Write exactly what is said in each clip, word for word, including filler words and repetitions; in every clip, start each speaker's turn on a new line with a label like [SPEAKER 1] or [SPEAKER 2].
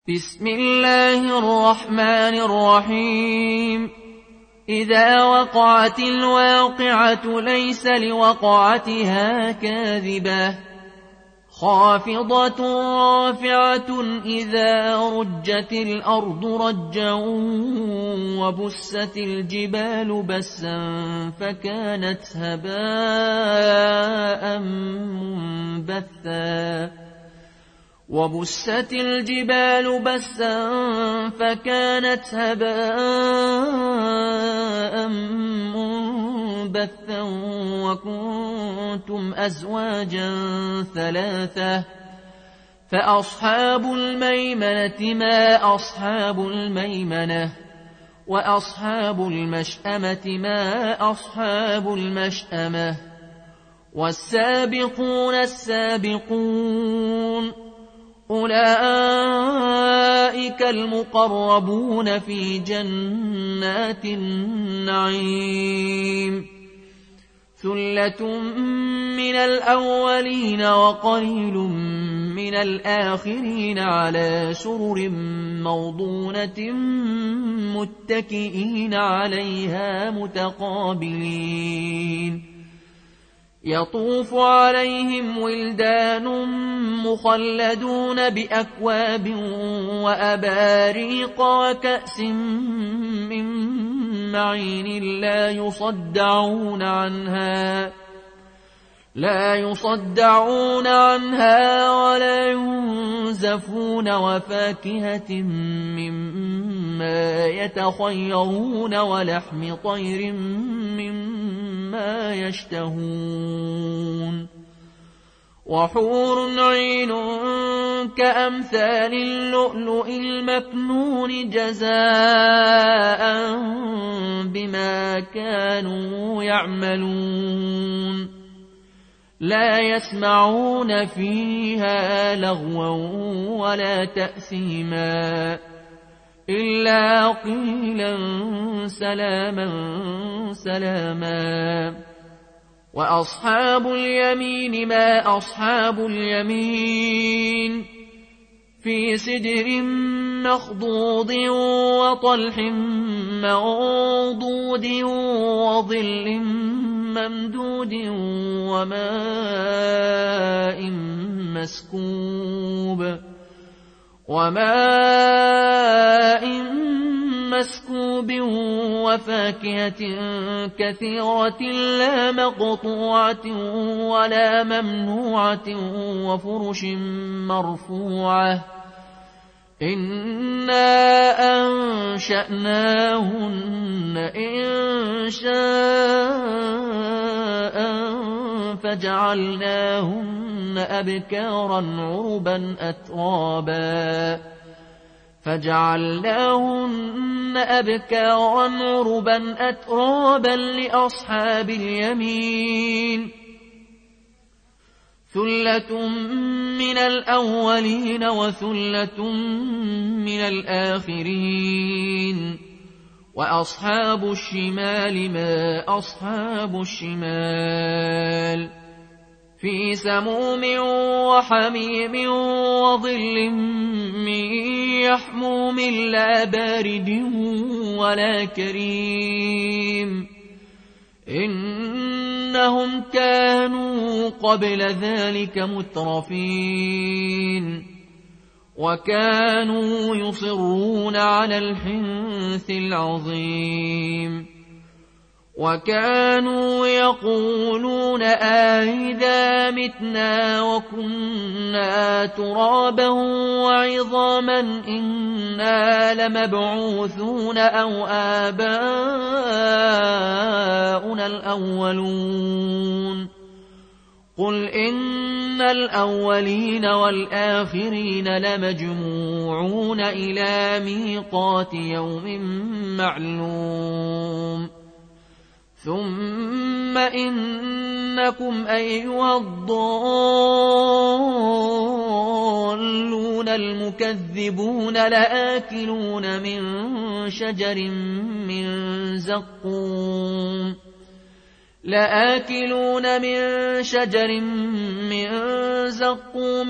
[SPEAKER 1] بسم الله الرحمن الرحيم. إذا وقعت الواقعة ليس لوقعتها كاذبة خافضة رافعة إذا رجت الأرض رجا وبست الجبال بسا فكانت هباء منبثا وبست الجبال بسا فكانت هباء منبثا وكنتم أزواجا ثلاثة فأصحاب الميمنة ما أصحاب الميمنة وأصحاب المشأمة ما أصحاب المشأمة والسابقون السابقون أولئك المقربون في جنات النعيم ثلة من الأولين وقليل من الآخرين على سرر موضونة متكئين عليها متقابلين يطوف عليهم ولدان مخلدون بأكواب وأباريق وكأس من معين لا يصدعون عنها لا يصدعون عنها ولا ينزفون وفاكهة مما يتخيرون ولحم طير مما يشتهون وحور عين كأمثال اللؤلؤ المكنون جزاء بما كانوا يعملون لا يسمعون فيها لغوا ولا تأثيما إلا قيلا سلاما سلاما وأصحاب اليمين ما أصحاب اليمين في سدر مخضود وطلح منضود وظل ممدود وماء مسكوب وماء مسكوب وفاكهة كثيرة لا مقطوعة ولا ممنوعة وفرش مرفوعة إنا أنشأناهن إنشاء فجعلناهن أبكارا عربا أترابا فجعلناهن أبكارا عربا أترابا لأصحاب اليمين ثلة من الأولين وثلة من الآخرين وأصحاب الشمال ما أصحاب الشمال في سموم وحميم وظل من يحموم لا بارد ولا كريم إنهم كانوا قبل ذلك مترفين وكانوا يصرون على الحنث العظيم وكانوا يقولون أئذا متنا وكنا ترابا وعظاما إنا لمبعوثون أو آباؤنا الأولون قل إن الأولين والآخرين لمجموعون إلى ميقات يوم معلوم ثم إنكم أيها الضالون المكذبون لآكلون من شجر من زقوم لآكلون من شجر من زقوم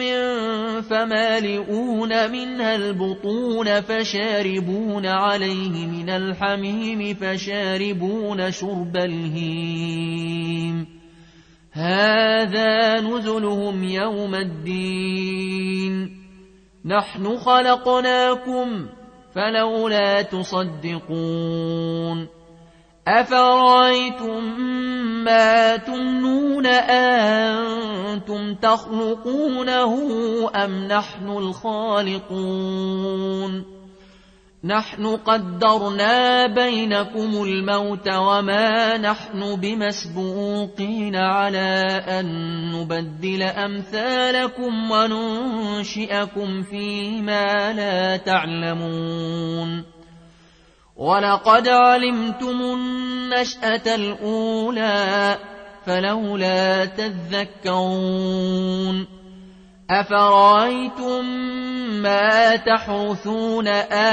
[SPEAKER 1] فمالئون منها البطون فشاربون عليه من الحميم فشاربون شرب الهيم هذا نزلهم يوم الدين نحن خلقناكم فلولا تصدقون أفرأيتم ما تمنون أنتم تخلقونه أم نحن الخالقون نحن قدرنا بينكم الموت وما نحن بمسبوقين على أن نبدل أمثالكم وننشئكم فيما لا تعلمون ولقد علمتم النشأة الأولى فلولا تذكرون أفرأيتم ما تحرثون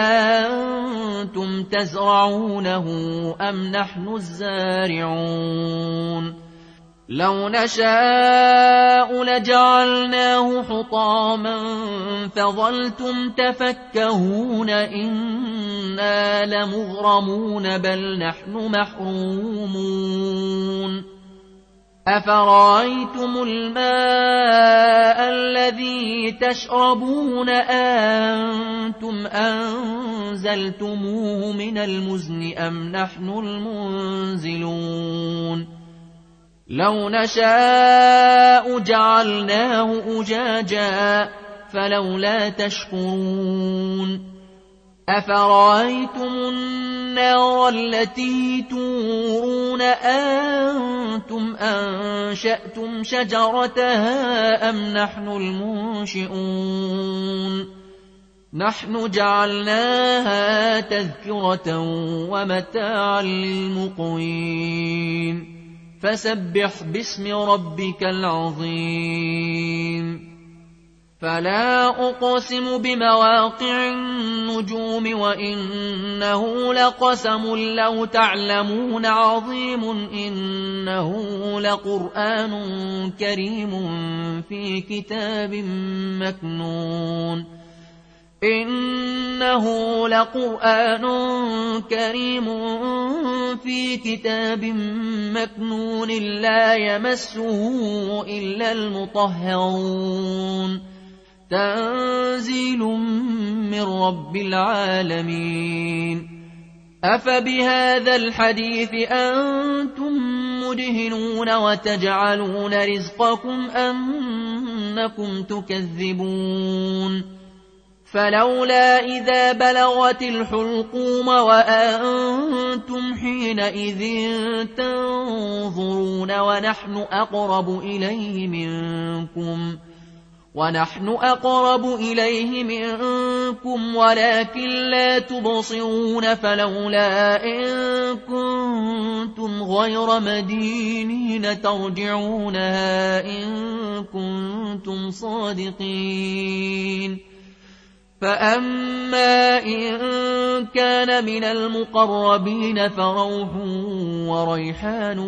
[SPEAKER 1] أنتم تزرعونه أم نحن الزارعون لو نشاء لجعلناه حطاما فظلتم تفكهون إنا لمغرمون بل نحن محرومون أفرأيتم الماء الذي تشربون أنتم أنزلتموه من المزن أم نحن المنزلون لو نشاء جعلناه أجاجا فلولا تشكرون أفرأيتم النار التي تورون أنتم أنشأتم شجرتها أم نحن المنشئون نحن جعلناها تذكرة ومتاعا للمقوين فسبح باسم ربك العظيم فلا أقسم بمواقع النجوم وإنه لقسم لو تعلمون عظيم إنه لقرآن كريم في كتاب مكنون إنه لقرآن كريم في كتاب مكنون لا يمسه إلا المطهرون تنزيل من رب العالمين أفبهذا الحديث أنتم مدهنون وتجعلون رزقكم أنكم تكذبون فلولا إذا بلغت الحلقوم وأنتم حينئذ تنظرون ونحن أقرب إليه منكم ونحن أقرب إليه منكم ولكن لا تبصرون فلولا إن كنتم غير مدينين ترجعونها إن كنتم صادقين فأما إن كان من المقربين فروح وريحان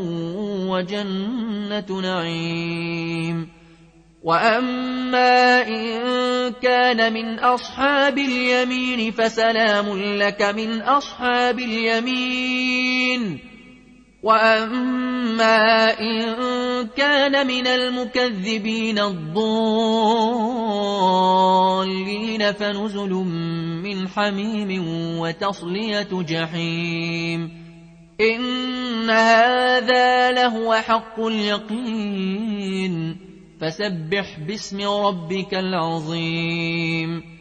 [SPEAKER 1] وجنة نعيم وأما إن كان من أصحاب اليمين فسلام لك من أصحاب اليمين وأما إن كان من المكذبين الضالين فنزل من حميم وتصلية جحيم إن هذا لهو حق اليقين فسبح باسم ربك العظيم